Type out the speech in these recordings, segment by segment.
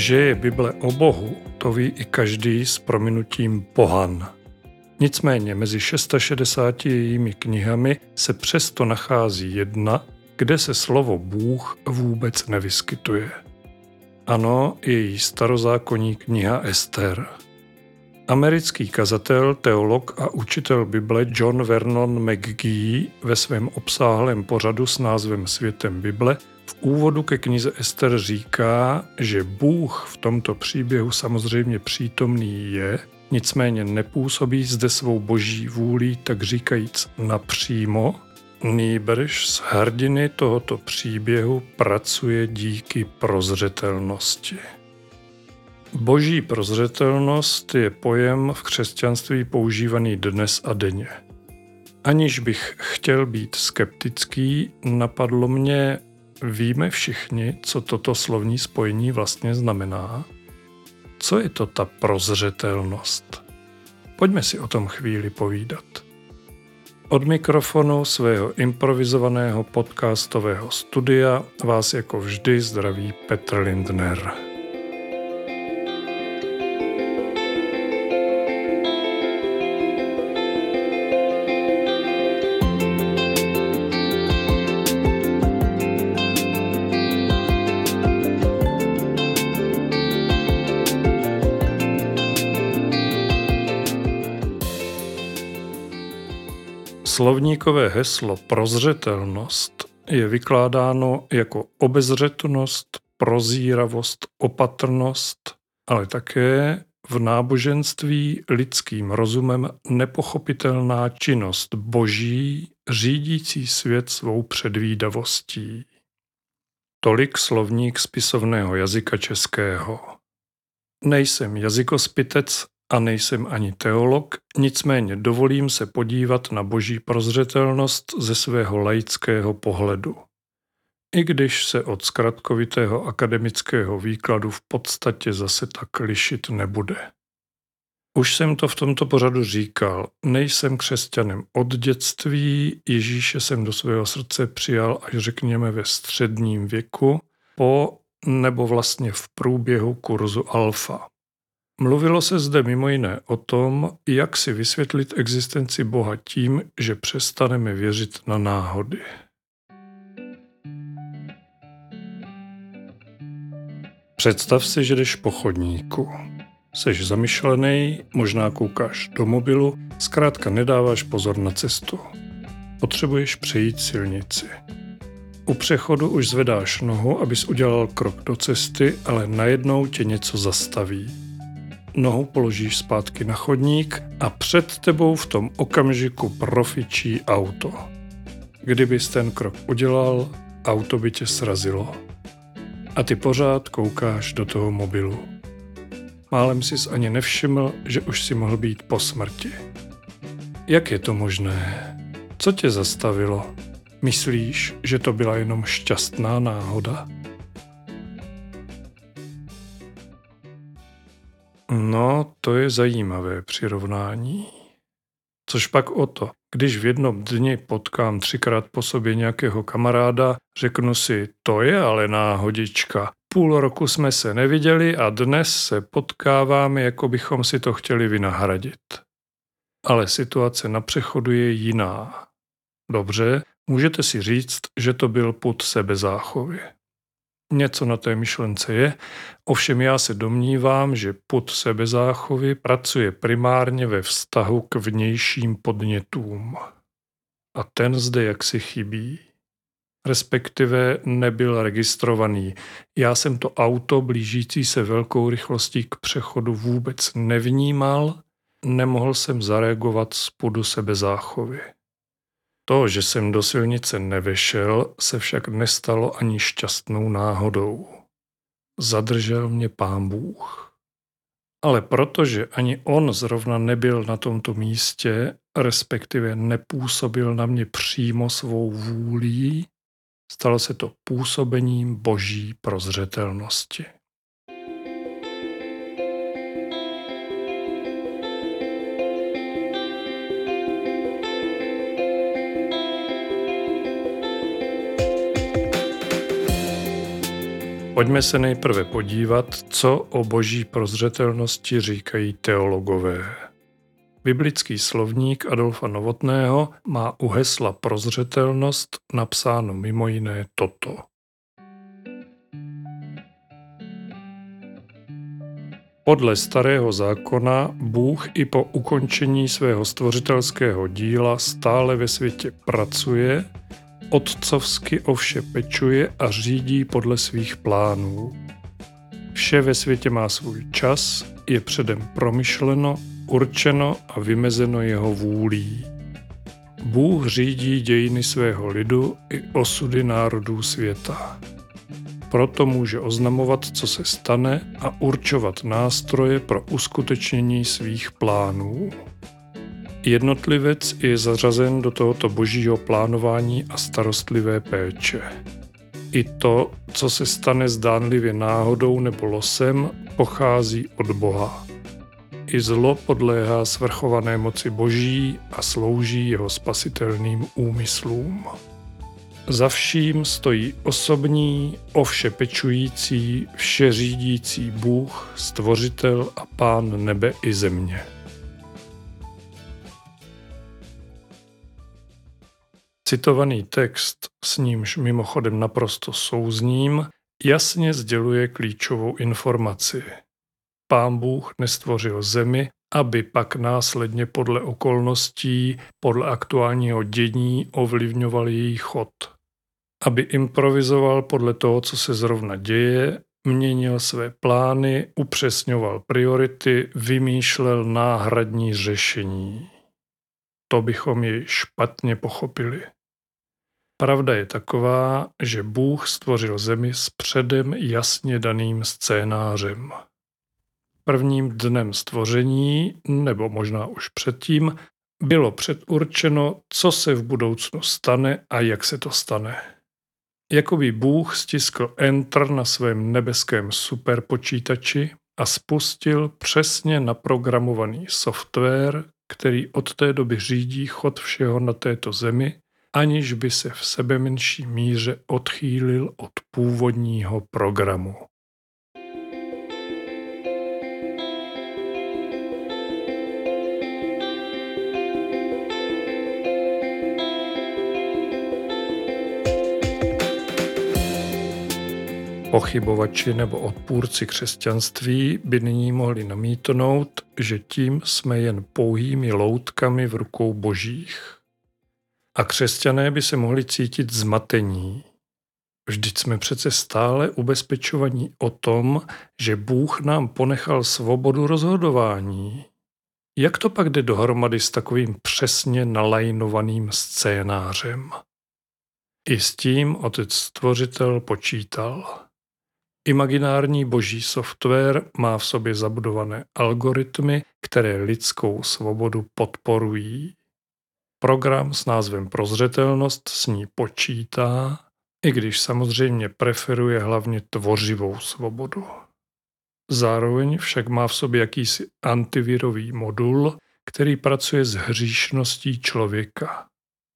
Že je Bible o Bohu, to ví i každý s prominutím pohan. Nicméně mezi 660 jejími knihami se přesto nachází jedna, kde se slovo Bůh vůbec nevyskytuje. Ano, její starozákonní kniha Ester. Americký kazatel, teolog a učitel Bible John Vernon McGee ve svém obsáhlém pořadu s názvem Světem Bible v úvodu ke knize Ester říká, že Bůh v tomto příběhu samozřejmě přítomný je, nicméně nepůsobí zde svou boží vůlí, tak říkajíc napřímo, nýbrž z hrdiny tohoto příběhu pracuje díky prozřetelnosti. Boží prozřetelnost je pojem v křesťanství používaný dnes a denně. Aniž bych chtěl být skeptický, napadlo mě, víme všichni, co toto slovní spojení vlastně znamená? Co je to ta prozřetelnost? Pojďme si o tom chvíli povídat. Od mikrofonu svého improvizovaného podcastového studia vás jako vždy zdraví Petr Lindner. Slovníkové heslo prozřetelnost je vykládáno jako obezřetnost, prozíravost, opatrnost, ale také v náboženství lidským rozumem nepochopitelná činnost boží, řídící svět svou předvídavostí. Tolik slovník spisovného jazyka českého. Nejsem jazykospitec a nejsem ani teolog, nicméně dovolím se podívat na boží prozřetelnost ze svého laického pohledu. I když se od zkratkovitého akademického výkladu v podstatě zase tak lišit nebude. Už jsem to v tomto pořadu říkal, nejsem křesťanem od dětství, Ježíše jsem do svého srdce přijal až řekněme ve středním věku, po nebo vlastně v průběhu kurzu Alfa. Mluvilo se zde mimo jiné o tom, jak si vysvětlit existenci Boha tím, že přestaneme věřit na náhody. Představ si, že jdeš po chodníku. Seš zamyšlený, možná koukáš do mobilu, zkrátka nedáváš pozor na cestu. Potřebuješ přejít silnici. U přechodu už zvedáš nohu, abys udělal krok do cesty, ale najednou tě něco zastaví. Nohu položíš zpátky na chodník a před tebou v tom okamžiku profičí auto. Kdybys ten krok udělal, auto by tě srazilo. A ty pořád koukáš do toho mobilu. Málem sis ani nevšiml, že už si mohl být po smrti. Jak je to možné? Co tě zastavilo? Myslíš, že to byla jenom šťastná náhoda? No, to je zajímavé přirovnání. Což pak o to, když v jednom dni potkám 3krát po sobě nějakého kamaráda, řeknu si, to je ale náhodička. Půl roku jsme se neviděli a dnes se potkáváme, jako bychom si to chtěli vynahradit. Ale situace na přechodu je jiná. Dobře, můžete si říct, že to byl pud sebezáchovy. Něco na té myšlence je, ovšem já se domnívám, že pud sebezáchovy pracuje primárně ve vztahu k vnějším podnětům. A ten zde jaksi chybí. Respektive nebyl registrovaný. Já jsem to auto blížící se velkou rychlostí k přechodu vůbec nevnímal, nemohl jsem zareagovat z pudu sebezáchovy. To, že jsem do silnice nevešel, se však nestalo ani šťastnou náhodou. Zadržel mě Pán Bůh. Ale protože ani on zrovna nebyl na tomto místě, respektive nepůsobil na mě přímo svou vůlí, stalo se to působením boží prozřetelnosti. Pojďme se nejprve podívat, co o boží prozřetelnosti říkají teologové. Biblický slovník Adolfa Novotného má u hesla prozřetelnost napsáno mimo jiné toto. Podle Starého zákona Bůh i po ukončení svého stvořitelského díla stále ve světě pracuje, otcovsky o vše pečuje a řídí podle svých plánů. Vše ve světě má svůj čas, je předem promyšleno, určeno a vymezeno jeho vůlí. Bůh řídí dějiny svého lidu i osudy národů světa. Proto může oznamovat, co se stane a určovat nástroje pro uskutečnění svých plánů. Jednotlivec je zařazen do tohoto božího plánování a starostlivé péče. I to, co se stane zdánlivě náhodou nebo losem, pochází od Boha. I zlo podléhá svrchované moci boží a slouží jeho spasitelným úmyslům. Za vším stojí osobní, o vše pečující, vše řídící Bůh, stvořitel a pán nebe i země. Citovaný text, s nímž mimochodem naprosto souzním, jasně sděluje klíčovou informaci. Pán Bůh nestvořil zemi, aby pak následně podle okolností, podle aktuálního dění ovlivňoval její chod. Aby improvizoval podle toho, co se zrovna děje, měnil své plány, upřesňoval priority, vymýšlel náhradní řešení. To bychom jej špatně pochopili. Pravda je taková, že Bůh stvořil zemi s předem jasně daným scénářem. Prvním dnem stvoření, nebo možná už předtím, bylo předurčeno, co se v budoucnu stane a jak se to stane. Jakoby Bůh stiskl Enter na svém nebeském superpočítači a spustil přesně naprogramovaný software, který od té doby řídí chod všeho na této zemi, aniž by se v sebemenší míře odchýlil od původního programu. Pochybovači nebo odpůrci křesťanství by nyní mohli namítnout, že tím jsme jen pouhými loutkami v rukou božích. A křesťané by se mohli cítit zmatení. Vždyť jsme přece stále ubezpečovaní o tom, že Bůh nám ponechal svobodu rozhodování. Jak to pak jde dohromady s takovým přesně nalajnovaným scénářem? I s tím Otec Stvořitel počítal. Imaginární boží software má v sobě zabudované algoritmy, které lidskou svobodu podporují. Program s názvem Prozřetelnost s ní počítá, i když samozřejmě preferuje hlavně tvořivou svobodu. Zároveň však má v sobě jakýsi antivirový modul, který pracuje s hříšností člověka.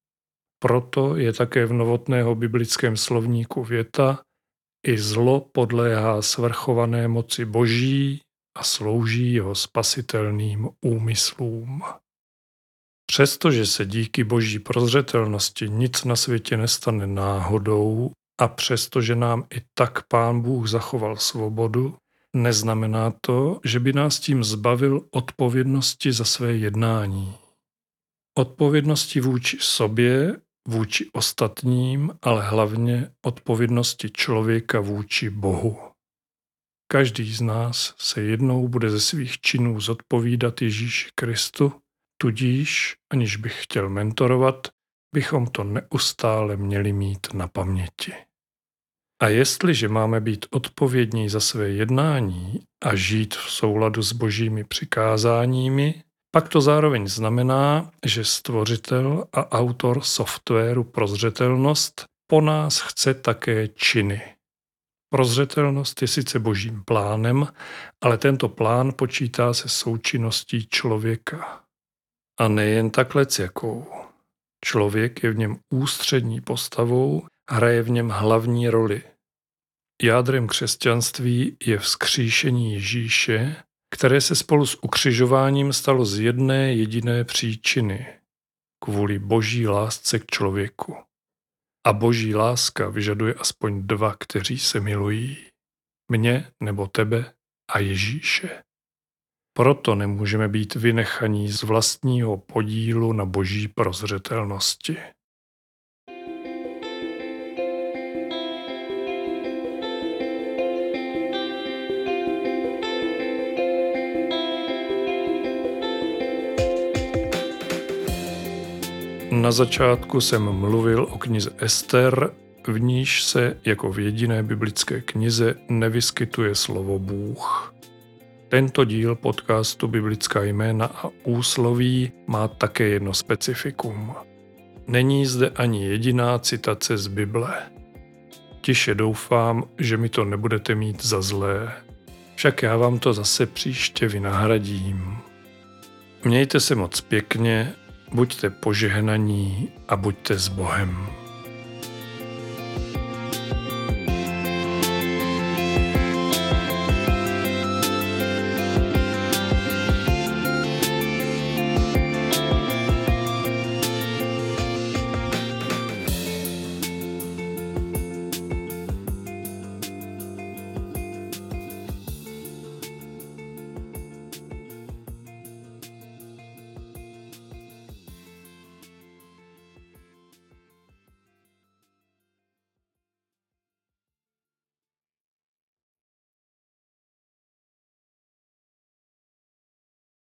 Proto je také v Novotného biblickém slovníku věta: i zlo podléhá svrchované moci boží a slouží jeho spasitelným úmyslům. Přestože se díky boží prozřetelnosti nic na světě nestane náhodou a přestože nám i tak Pán Bůh zachoval svobodu, neznamená to, že by nás tím zbavil odpovědnosti za své jednání. Odpovědnosti vůči sobě, vůči ostatním, ale hlavně odpovědnosti člověka vůči Bohu. Každý z nás se jednou bude ze svých činů zodpovídat Ježíši Kristu, tudíž, aniž bych chtěl mentorovat, bychom to neustále měli mít na paměti. A jestliže máme být odpovědní za své jednání a žít v souladu s božími přikázáními, pak to zároveň znamená, že stvořitel a autor softwaru Prozřetelnost po nás chce také činy. Prozřetelnost je sice božím plánem, ale tento plán počítá se součinností člověka. A nejen takhle jakou. Člověk je v něm ústřední postavou, hraje v něm hlavní roli. Jádrem křesťanství je vzkříšení Ježíše, které se spolu s ukřižováním stalo z jedné jediné příčiny – kvůli boží lásce k člověku. A boží láska vyžaduje aspoň dva, kteří se milují. Mě nebo tebe a Ježíše. Proto nemůžeme být vynechaní z vlastního podílu na boží prozřetelnosti. Na začátku jsem mluvil o knize Ester, v níž se jako v jediné biblické knize nevyskytuje slovo Bůh. Tento díl podcastu Biblická jména a úsloví má také jedno specifikum. Není zde ani jediná citace z Bible. Tiše doufám, že mi to nebudete mít za zlé. Však já vám to zase příště vynahradím. Mějte se moc pěkně, buďte požehnaní a buďte s Bohem.